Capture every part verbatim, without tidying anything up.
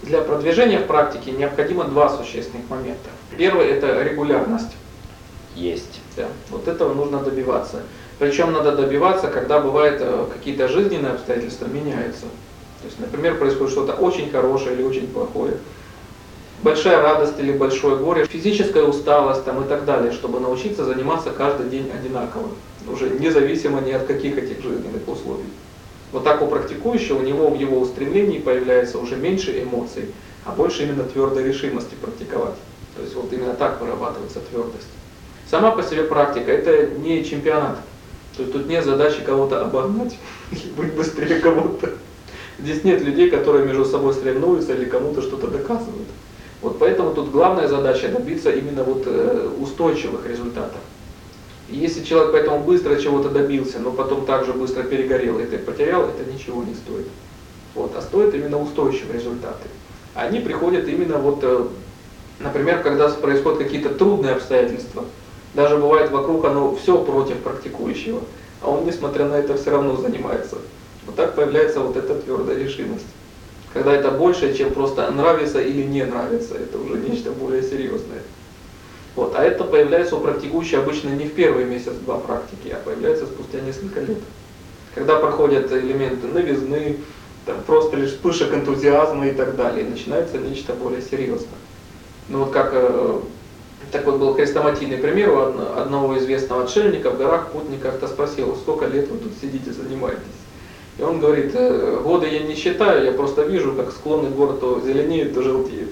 Для продвижения в практике необходимо два существенных момента. Первый – это регулярность. Есть. Да, вот этого нужно добиваться. Причем надо добиваться, когда бывают какие-то жизненные обстоятельства меняются. То есть, например, происходит что-то очень хорошее или очень плохое. Большая радость или большое горе, физическая усталость там, и так далее, чтобы научиться заниматься каждый день одинаково, уже независимо ни от каких этих жизненных условий. Вот так у практикующего, у него в его устремлении появляется уже меньше эмоций, а больше именно твердой решимости практиковать. То есть вот именно так вырабатывается твердость. Сама по себе практика – это не чемпионат. То есть тут нет задачи кого-то обогнать или быть быстрее кого-то. Здесь нет людей, которые между собой соревнуются или кому-то что-то доказывают. Вот поэтому тут главная задача добиться именно вот устойчивых результатов. И если человек поэтому быстро чего-то добился, но потом также быстро перегорел и это потерял, это ничего не стоит. Вот, а стоит именно устойчивые результаты. Они приходят именно вот, например, когда происходят какие-то трудные обстоятельства. Даже бывает вокруг оно все против практикующего, а он, несмотря на это, все равно занимается. Вот так появляется вот эта твердая решимость. Когда это больше, чем просто нравится или не нравится, это уже нечто более серьезное. Вот. А это появляется у практикующего обычно не в первый месяц-два практики, а появляется спустя несколько лет. Когда проходят элементы новизны, там, просто лишь вспышек энтузиазма и так далее, начинается нечто более серьезное. Ну вот как такой был хрестоматийный пример у одного известного отшельника в горах, путник как-то спросил: сколько лет вы тут сидите, занимаетесь? И он говорит: годы я не считаю, я просто вижу, как склоны гор то зеленеют, то желтеют.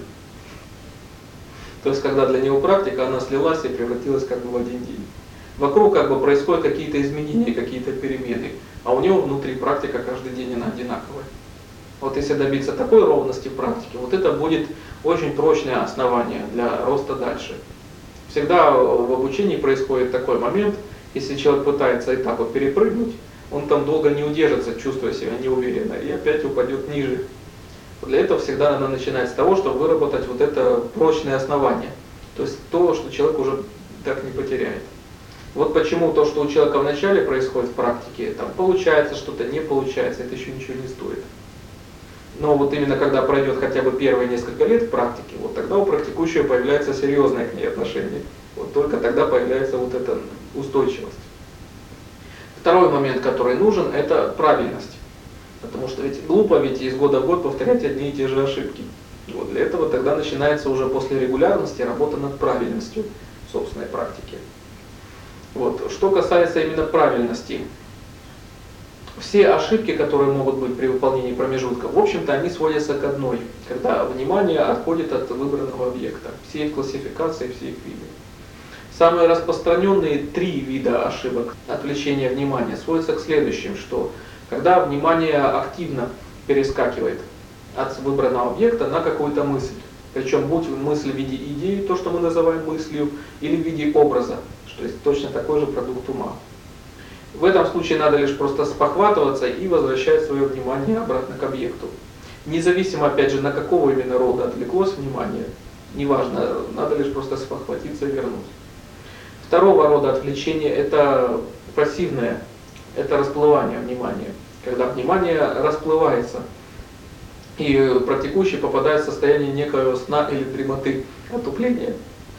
То есть, когда для него практика, она слилась и превратилась как бы в один день. Вокруг как бы происходят какие-то изменения, какие-то перемены, а у него внутри практика каждый день она одинаковая. Вот если добиться такой ровности в практике, вот это будет очень прочное основание для роста дальше. Всегда в обучении происходит такой момент, если человек пытается этапы перепрыгнуть, он там долго не удержится, чувствуя себя неуверенно, и опять упадет ниже. Для этого всегда надо начинать с того, чтобы выработать вот это прочное основание. То есть то, что человек уже так не потеряет. Вот почему то, что у человека вначале происходит в практике, там получается что-то, не получается, это еще ничего не стоит. Но вот именно когда пройдет хотя бы первые несколько лет в практике, вот тогда у практикующего появляется серьезное к ней отношение. Вот только тогда появляется вот эта устойчивость. Второй момент, который нужен, это правильность. Потому что ведь глупо ведь из года в год повторять одни и те же ошибки. Вот для этого тогда начинается уже после регулярности работа над правильностью собственной практики. Вот. Что касается именно правильности, все ошибки, которые могут быть при выполнении промежутков, в общем-то они сводятся к одной, когда внимание отходит от выбранного объекта, все их классификации, все их виды. Самые распространенные три вида ошибок отвлечения внимания сводятся к следующим, что когда внимание активно перескакивает от выбранного объекта на какую-то мысль, причем будь мысль в виде идеи, то, что мы называем мыслью, или в виде образа, что есть точно такой же продукт ума. В этом случае надо лишь просто спохватываться и возвращать свое внимание обратно к объекту. Независимо, опять же, на какого именно рода отвлеклось внимание, неважно, надо лишь просто спохватиться и вернуть. Второго рода отвлечение – это пассивное, это расплывание внимания, когда внимание расплывается, и практикующий попадает в состояние некоего сна или дремоты, отупления.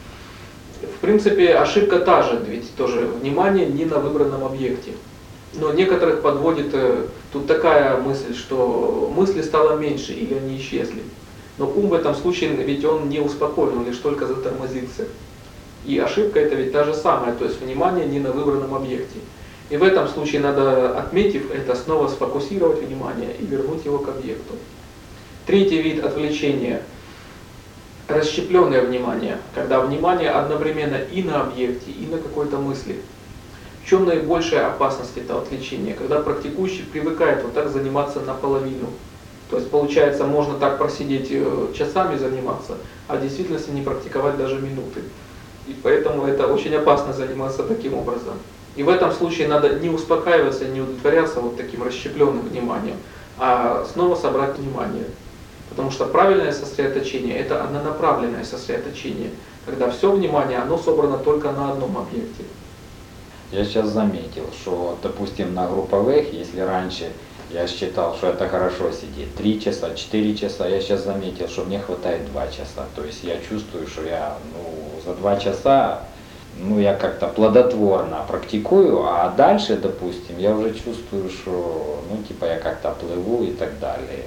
В принципе, ошибка та же, ведь тоже внимание не на выбранном объекте. Но некоторых подводит тут такая мысль, что мысли стало меньше или они исчезли. Но ум в этом случае, ведь он не успокоен, он лишь только затормозился. И ошибка это ведь та же самая, то есть внимание не на выбранном объекте. И в этом случае надо, отметив это, снова сфокусировать внимание и вернуть его к объекту. Третий вид отвлечения – расщепленное внимание, когда внимание одновременно и на объекте, и на какой-то мысли. В чем наибольшая опасность этого отвлечения? Когда практикующий привыкает вот так заниматься наполовину. То есть получается, можно так просидеть часами заниматься, а в действительности не практиковать даже минуты. И поэтому это очень опасно заниматься таким образом. И в этом случае надо не успокаиваться, не удовлетворяться вот таким расщепленным вниманием, а снова собрать внимание. Потому что правильное сосредоточение – это однонаправленное сосредоточение, когда все внимание, оно собрано только на одном объекте. Я сейчас заметил, что, допустим, на групповых, если раньше Я считал, что это хорошо сидеть. Три часа, четыре часа. Я сейчас заметил, что мне хватает два часа. То есть я чувствую, что я ну, за два часа ну, я как-то плодотворно практикую, а дальше, допустим, я уже чувствую, что ну, типа я как-то плыву и так далее.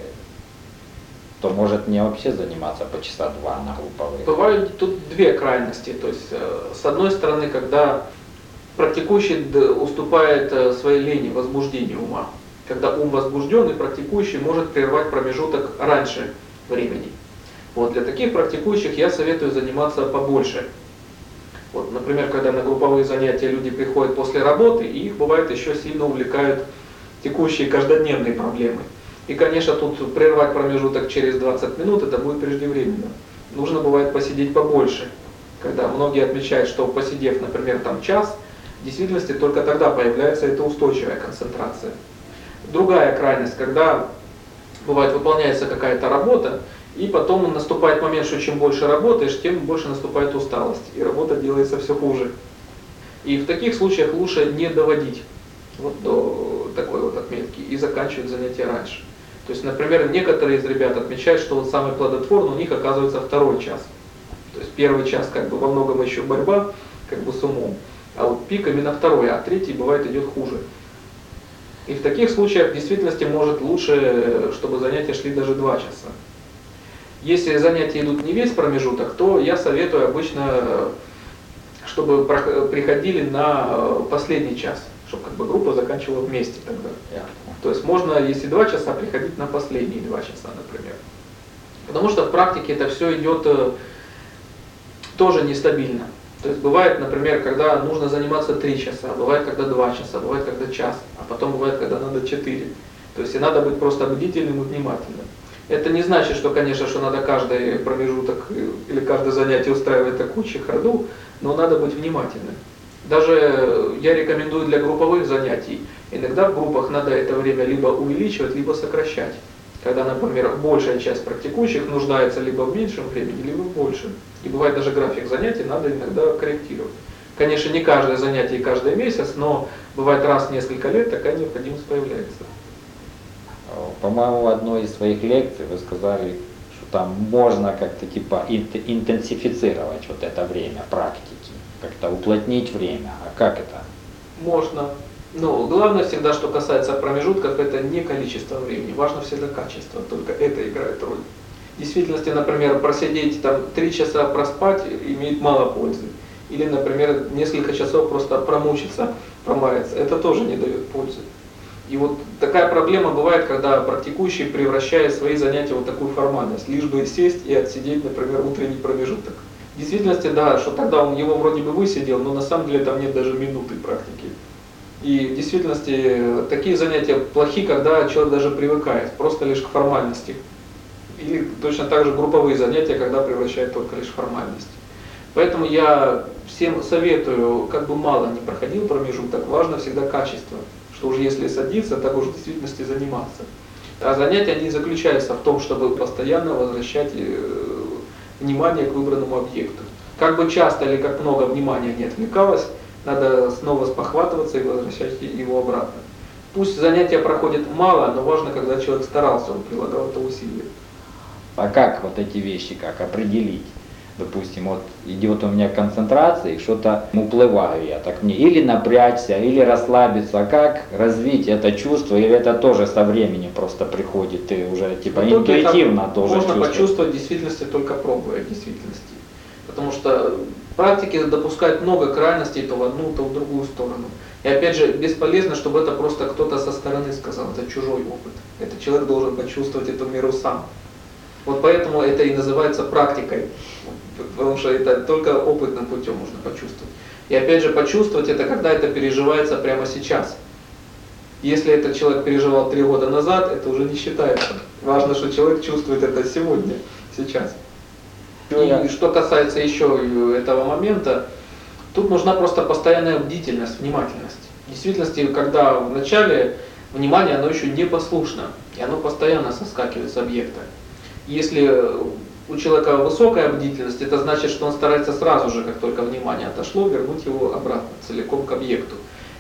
То может мне вообще заниматься по часа два на групповых. Бывают тут две крайности. То есть, с одной стороны, когда практикующий уступает своей лени, возбуждению ума. Когда ум возбужден, и практикующий может прервать промежуток раньше времени. Вот для таких практикующих я советую заниматься побольше. Вот, например, когда на групповые занятия люди приходят после работы, и их бывает еще сильно увлекают текущие каждодневные проблемы. И, конечно, тут прервать промежуток через двадцать минут, это будет преждевременно. Нужно бывает посидеть побольше. Когда многие отмечают, что посидев, например, там час, в действительности только тогда появляется эта устойчивая концентрация. Другая крайность, когда бывает выполняется какая-то работа, и потом наступает момент, что чем больше работаешь, тем больше наступает усталость, и работа делается все хуже. И в таких случаях лучше не доводить вот до такой вот отметки и заканчивать занятия раньше. То есть, например, некоторые из ребят отмечают, что вот самый плодотворный у них оказывается второй час. То есть первый час как бы во многом еще борьба как бы с умом, а вот пик именно второй, а третий бывает идет хуже. И в таких случаях в действительности может лучше, чтобы занятия шли даже два часа. Если занятия идут не весь промежуток, то я советую обычно, чтобы приходили на последний час, чтобы как бы группа заканчивала вместе тогда. То есть можно, если два часа, приходить на последние два часа, например. Потому что в практике это все идет тоже нестабильно. То есть бывает, например, когда нужно заниматься три часа, бывает, когда два часа, бывает, когда час, а потом бывает, когда надо четыре. То есть и надо быть просто бдительным и внимательным. Это не значит, что, конечно, что надо каждый промежуток или каждое занятие устраивать на куче ходу, но надо быть внимательным. Даже я рекомендую для групповых занятий, иногда в группах надо это время либо увеличивать, либо сокращать. Когда, например, большая часть практикующих нуждается либо в меньшем времени, либо в большем. И бывает даже график занятий надо иногда корректировать. Конечно, не каждое занятие и каждый месяц, но бывает раз в несколько лет такая необходимость появляется. По-моему, в одной из своих лекций вы сказали, что там можно как-то типа интенсифицировать вот это время практики, как-то уплотнить время. А как это? Можно. Но главное всегда, что касается промежутков, это не количество времени, важно всегда качество, только это играет роль. В действительности, например, просидеть там три часа проспать имеет мало пользы. Или, например, несколько часов просто промучиться, промаяться, это тоже не дает пользы. И вот такая проблема бывает, когда практикующий превращает свои занятия в вот такую формальность, лишь бы сесть и отсидеть, например, утренний промежуток. В действительности, да, что тогда он его вроде бы высидел, но на самом деле там нет даже минуты практики. И в действительности такие занятия плохи, когда человек даже привыкает, просто лишь к формальности. Или точно так же групповые занятия, когда превращают только лишь в формальность. Поэтому я всем советую, как бы мало не проходил промежуток, важно всегда качество. Что уже если садиться, так уже в действительности заниматься. А занятия они заключаются в том, чтобы постоянно возвращать внимание к выбранному объекту. Как бы часто или как много внимания не отвлекалось, надо снова спохватываться и возвращать его обратно. Пусть занятия проходят мало, но важно, когда человек старался, он прилагал это усилие. А как вот эти вещи, как определить? Допустим, вот идет у меня концентрация, и что-то уплываю я, так мне или напрячься, или расслабиться, а как развить это чувство, или это тоже со временем просто приходит, ты уже типа ну, интуитивно тоже можно чувствуешь? Почувствовать в действительности только пробуя в действительности. Потому что практики допускают много крайностей то в одну, то в другую сторону. И опять же, бесполезно, чтобы это просто кто-то со стороны сказал, это чужой опыт. Этот человек должен почувствовать эту меру сам. Вот поэтому это и называется практикой, потому что это только опытным путем можно почувствовать. И опять же, почувствовать это, когда это переживается прямо сейчас. Если этот человек переживал три года назад, это уже не считается. Важно, что человек чувствует это сегодня, сейчас. И что касается еще этого момента, тут нужна просто постоянная бдительность, внимательность. В действительности, когда в начале внимание, оно еще не послушно, и оно постоянно соскакивает с объекта. Если у человека высокая бдительность, это значит, что он старается сразу же, как только внимание отошло, вернуть его обратно, целиком к объекту.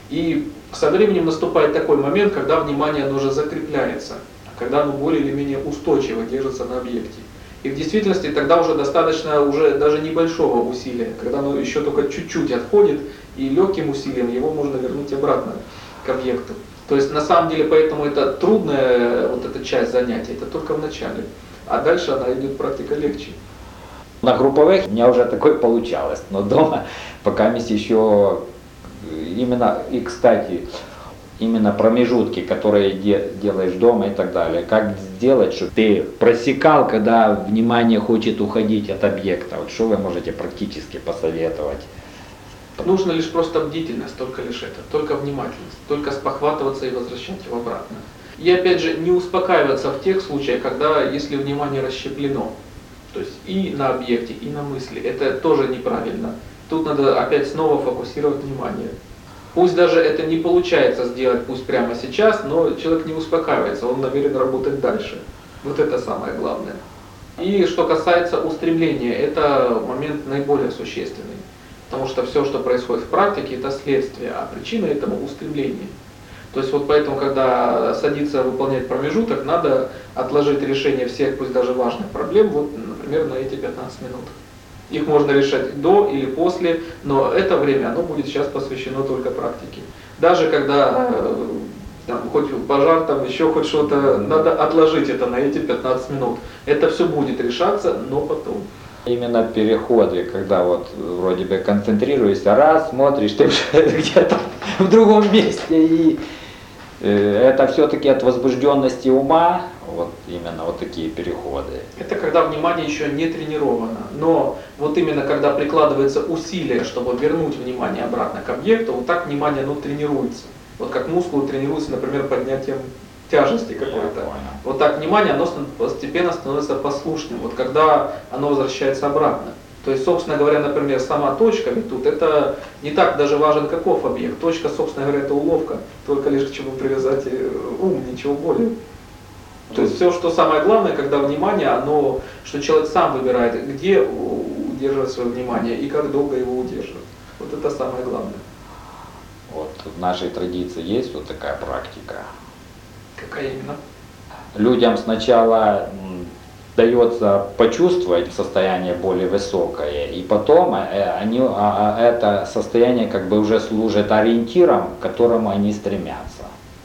И со временем наступает такой момент, когда внимание оно уже закрепляется, когда оно более или менее устойчиво держится на объекте. И в действительности тогда уже достаточно уже даже небольшого усилия, когда оно еще только чуть-чуть отходит, и легким усилием его можно вернуть обратно к объекту. То есть на самом деле поэтому это трудная вот эта часть занятия, это только в начале, а дальше она идет практика легче. На групповых у меня уже такое получалось, но дома пока еще именно, и кстати, именно промежутки, которые де, делаешь дома и так далее, как сделать, чтобы ты просекал, когда внимание хочет уходить от объекта, вот что вы можете практически посоветовать? Нужно лишь просто бдительность, только лишь это, только внимательность, только спохватываться и возвращать его обратно. И опять же, не успокаиваться в тех случаях, когда, если внимание расщеплено, то есть и на объекте, и на мысли, это тоже неправильно. Тут надо опять снова фокусировать внимание. Пусть даже это не получается сделать, пусть прямо сейчас, но человек не успокаивается, он намерен работать дальше. Вот это самое главное. И что касается устремления, это момент наиболее существенный. Потому что все, что происходит в практике, это следствие, а причина этому устремление. То есть вот поэтому, когда садится выполнять промежуток, надо отложить решение всех, пусть даже важных проблем, вот, например, на эти пятнадцать минут. Их можно решать до или после, но это время, оно будет сейчас посвящено только практике. Даже когда там, хоть пожар, там еще хоть что-то, надо отложить это на эти пятнадцать минут. Это все будет решаться, но потом. Именно переходы, когда вот вроде бы концентрируешься, раз, смотришь, ты уже где-то в другом месте, и э, это все-таки от возбужденности ума, вот именно вот такие переходы. Это когда внимание еще не тренировано, но вот именно когда прикладывается усилие, чтобы вернуть внимание обратно к объекту, вот так внимание оно тренируется. Вот как мускулы тренируются, например, поднятием тяжести какой-то. Вот так внимание, оно постепенно становится послушным, вот когда оно возвращается обратно. То есть, собственно говоря, например, сама точка, ведь тут это не так даже важен каков объект. Точка, собственно говоря, это уловка, только лишь к чему привязать ум, ничего более. То есть все, что самое главное, когда внимание, оно, что человек сам выбирает, где удерживать свое внимание и как долго его удерживать. Вот это самое главное. Вот в нашей традиции есть вот такая практика. Какая именно? Людям сначала дается почувствовать состояние более высокое, и потом они, а это состояние как бы уже служит ориентиром, к которому они стремятся.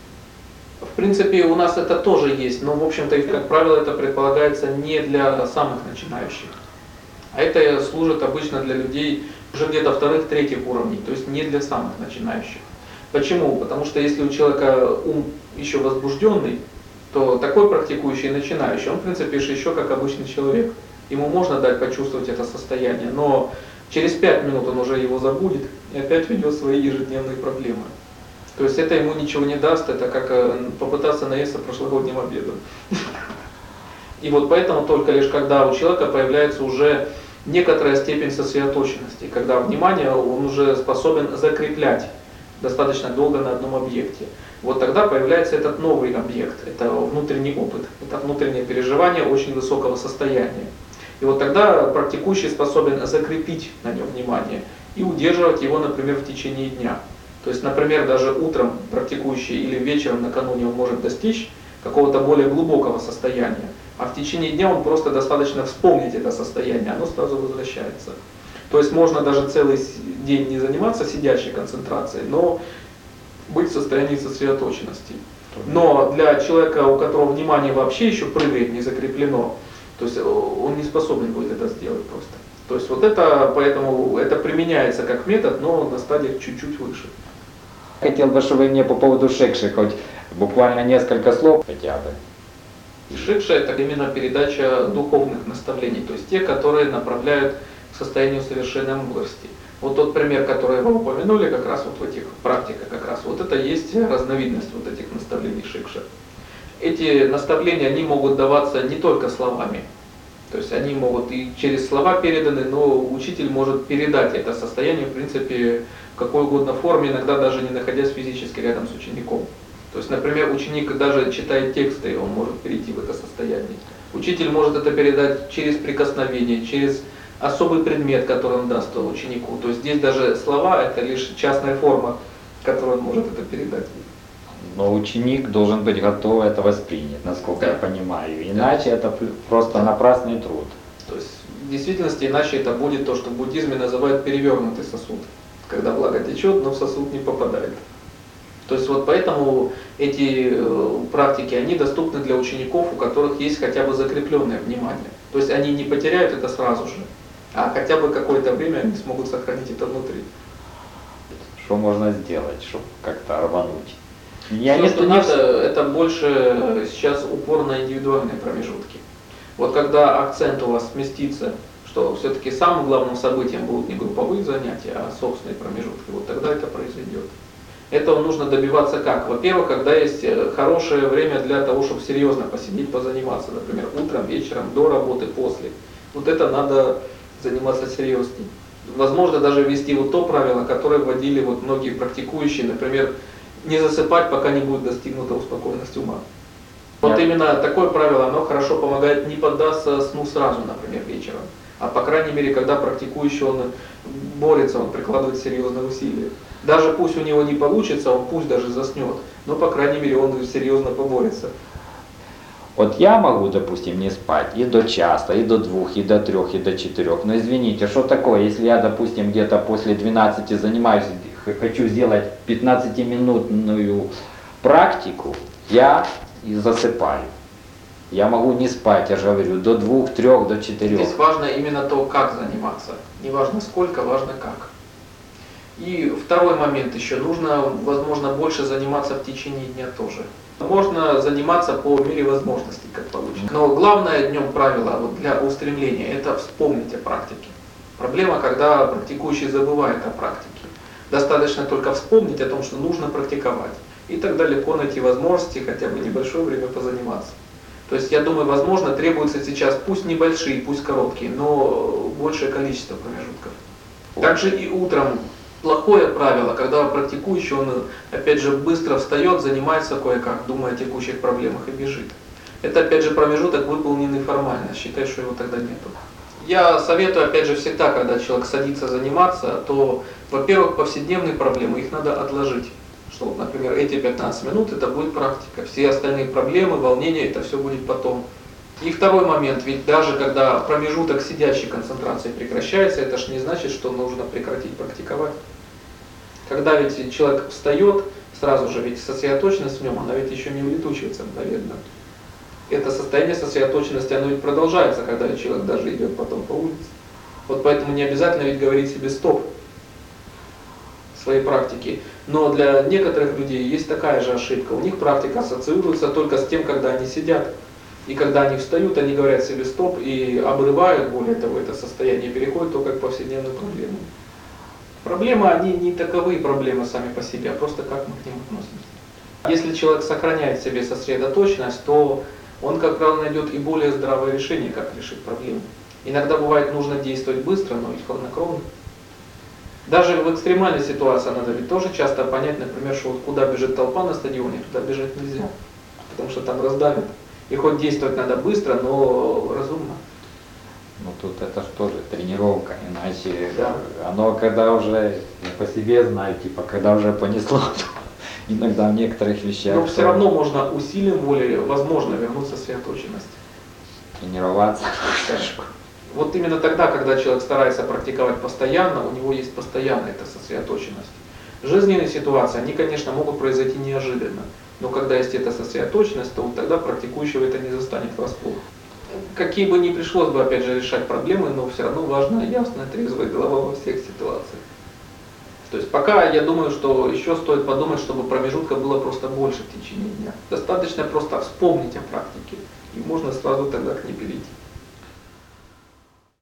В принципе, у нас это тоже есть, но, в общем-то, как правило, это предполагается не для самых начинающих. А это служит обычно для людей уже где-то вторых, третьих уровней, то есть не для самых начинающих. Почему? Потому что если у человека ум еще возбужденный, то такой практикующий начинающий, он в принципе еще как обычный человек. Ему можно дать почувствовать это состояние, но через пять минут он уже его забудет и опять ведет свои ежедневные проблемы. То есть это ему ничего не даст, это как попытаться наесться прошлогодним обедом. И вот поэтому только лишь когда у человека появляется уже некоторая степень сосредоточенности, когда внимание он уже способен закреплять достаточно долго на одном объекте. Вот тогда появляется этот новый объект, это внутренний опыт, это внутреннее переживание очень высокого состояния. И вот тогда практикующий способен закрепить на нем внимание и удерживать его, например, в течение дня. То есть, например, даже утром практикующий или вечером накануне он может достичь какого-то более глубокого состояния, а в течение дня он просто достаточно вспомнить это состояние, оно сразу возвращается. То есть можно даже целый день не заниматься сидящей концентрацией, но быть в состоянии сосредоточенности. Но для человека, у которого внимание вообще еще прыгает, не закреплено, то есть он не способен будет это сделать просто. То есть вот это, поэтому это применяется как метод, но на стадиях чуть-чуть выше. Хотел бы, чтобы вы мне по поводу шикши хоть буквально несколько слов хотя бы. Шикша — это именно передача духовных наставлений, то есть те, которые направляют к состоянию совершенной мудрости. Вот тот пример, который вы упомянули, как раз вот в этих практиках, как раз вот это есть разновидность вот этих наставлений шикша. Эти наставления, они могут даваться не только словами, то есть они могут и через слова переданы, но учитель может передать это состояние, в принципе, в какой угодно форме, иногда даже не находясь физически рядом с учеником. То есть, например, ученик даже читает тексты, и он может перейти в это состояние. Учитель может это передать через прикосновение, через особый предмет, который он даст ученику. То есть здесь даже слова — это лишь частная форма которой он может это передать. Но ученик должен быть готов это воспринять, насколько я Да. понимаю. Иначе это пл- просто напрасный труд. То есть в действительности иначе это будет то, что в буддизме называют перевернутый сосуд. Когда влага течет, но в сосуд не попадает. То есть вот поэтому эти э, практики, они доступны для учеников, у которых есть хотя бы закрепленное внимание. То есть они не потеряют это сразу же, а хотя бы какое-то время они смогут сохранить это внутри. Что можно сделать, чтобы как-то рвануть? Я Все, не что не надо, вс- это больше сейчас упор на индивидуальные промежутки. Вот когда акцент у вас сместится, что все-таки самым главным событием будут не групповые занятия, а собственные промежутки, вот тогда это произойдет. Этого нужно добиваться как? Во-первых, когда есть хорошее время для того, чтобы серьезно посидеть, позаниматься, например, утром, вечером, до работы, после. Вот это надо заниматься серьезней. Возможно, даже ввести вот то правило, которое вводили вот многие практикующие, например, не засыпать, пока не будет достигнута успокоенность ума. Вот Я- именно такое правило, оно хорошо помогает не поддаться сну сразу, например, вечером. А по крайней мере, когда практикующий, он борется, он прикладывает серьезные усилия. Даже пусть у него не получится, он пусть даже заснет, но по крайней мере он серьезно поборется. Вот я могу, допустим, не спать и до часа, и до двух, и до трех, и до четырех. Но извините, что такое, если я, допустим, где-то после двенадцати занимаюсь, х- хочу сделать пятнадцатиминутную практику, я и засыпаю. Я могу не спать, я же говорю, до двух, трех, до четырех. Здесь важно именно то, как заниматься. Не важно сколько, важно как. И второй момент еще, нужно, возможно, больше заниматься в течение дня тоже. Можно заниматься по мере возможностей, как получится. Но главное днем правило вот для устремления – это вспомнить о практике. Проблема, когда практикующий забывает о практике. Достаточно только вспомнить о том, что нужно практиковать. И тогда легко найти возможности хотя бы небольшое время позаниматься. То есть, я думаю, возможно, требуется сейчас, пусть небольшие, пусть короткие, но большее количество промежутков. Также и утром плохое правило, когда практикующий, он опять же быстро встает, занимается кое-как, думая о текущих проблемах и бежит. Это опять же промежуток, выполненный формально, считай, что его тогда нету. Я советую, опять же, всегда, когда человек садится заниматься, то, во-первых, повседневные проблемы, их надо отложить. Что, вот, например, эти пятнадцать минут это будет практика, все остальные проблемы, волнения, это все будет потом. И второй момент, ведь даже когда промежуток сидящей концентрации прекращается, это же не значит, что нужно прекратить практиковать. Когда ведь человек встает, сразу же ведь сосредоточенность в нем, она ведь еще не улетучивается мгновенно. Это состояние сосредоточенности, оно ведь продолжается, когда человек даже идет потом по улице. Вот поэтому не обязательно ведь говорить себе стоп в своей практике. Но для некоторых людей есть такая же ошибка. У них практика ассоциируется только с тем, когда они сидят. И когда они встают, они говорят себе стоп и обрывают, более того, это состояние переходит только к повседневным проблемам. Проблемы, они не таковые проблемы сами по себе, а просто как мы к ним относимся. Если человек сохраняет в себе сосредоточенность, то он, как правило, найдет и более здравое решение, как решить проблему. Иногда бывает нужно действовать быстро, но ведь хладнокровно. Даже в экстремальной ситуации надо ведь тоже часто понять, например, что вот куда бежит толпа на стадионе, туда бежать нельзя, потому что там раздавят. И хоть действовать надо быстро, но разумно. Ну тут это ж тоже тренировка, иначе Да. оно когда уже, я по себе знаю, типа, когда уже понесло, то иногда в некоторых вещах Но все то равно можно усилием воли, возможно, вернуться в сосредоточенность. тренироваться. Вот именно тогда, когда человек старается практиковать постоянно, у него есть постоянная эта сосредоточенность. Жизненные ситуации, они, конечно, могут произойти неожиданно, но когда есть эта сосредоточенность, то вот тогда практикующего это не застанет врасплох. Какие бы ни пришлось бы, опять же, решать проблемы, но все равно важна ясная, трезвая голова во всех ситуациях. То есть пока я думаю, что еще стоит подумать, чтобы промежутка было просто больше в течение дня. Достаточно просто вспомнить о практике, и можно сразу тогда к ней перейти.